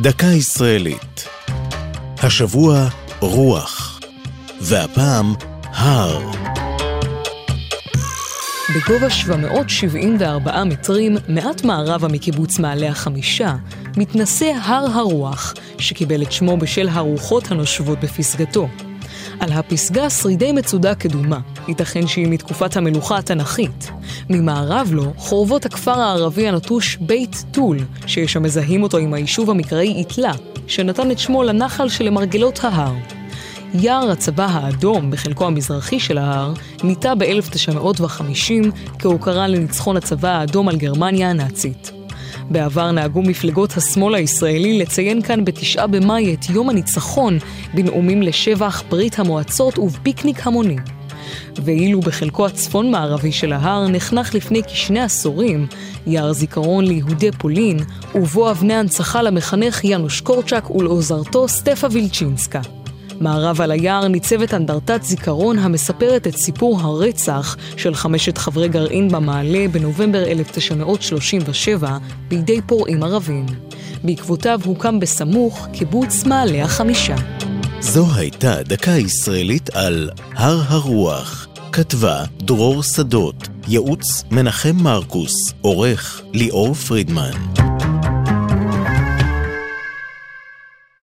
דקה ישראלית. השבוע רוח, והפעם הר. בגובה 774 מטרים, מעט מערבה מקיבוץ מעלה החמישה, מתנשא הר הרוח, שקיבל את שמו בשל הרוחות הנושבות בפסגתו. על הפסגה שרידי מצודה קדומה, ייתכן שהיא מתקופת המלוכה התנ"כית. ממערב לו חורבות הכפר הערבי הנטוש בית טול, שיש המזהים אותו עם היישוב המקראי איתלה, שנתן את שמו לנחל שלמרגלות ההר. יער הצבא האדום בחלקו המזרחי של ההר ניטע ב-1950 כהוקרה לניצחון הצבא האדום על גרמניה הנאצית. בעבר נהגו מפלגות השמאל הישראלי לציין כאן ב9 במאי את יום הניצחון בנאומים לשבח ברית המועצות ובפיקניק המוני. ואילו בחלקו הצפון מערבי של ההר נחנך לפני כ2 עשורים יער זיכרון ליהודי פולין, ובו אבני הנצחה למחנך יאנוש קורצ'אק ולעוזרתו סטפה וילצ'ינסקה. מערב על היער ניצבת אנדרטת זיכרון המספרת את סיפור הרצח של 5 חברי גרעין במעלה בנובמבר 1937 בידי פורעים ערבים. בעקבותיו הוקם בסמוך קיבוץ מעלה החמישה. זו הייתה דקה ישראלית על הר הרוח. כתבה דרור שדות, ייעוץ מנחם מרקוס, עורך ליאור פרידמן.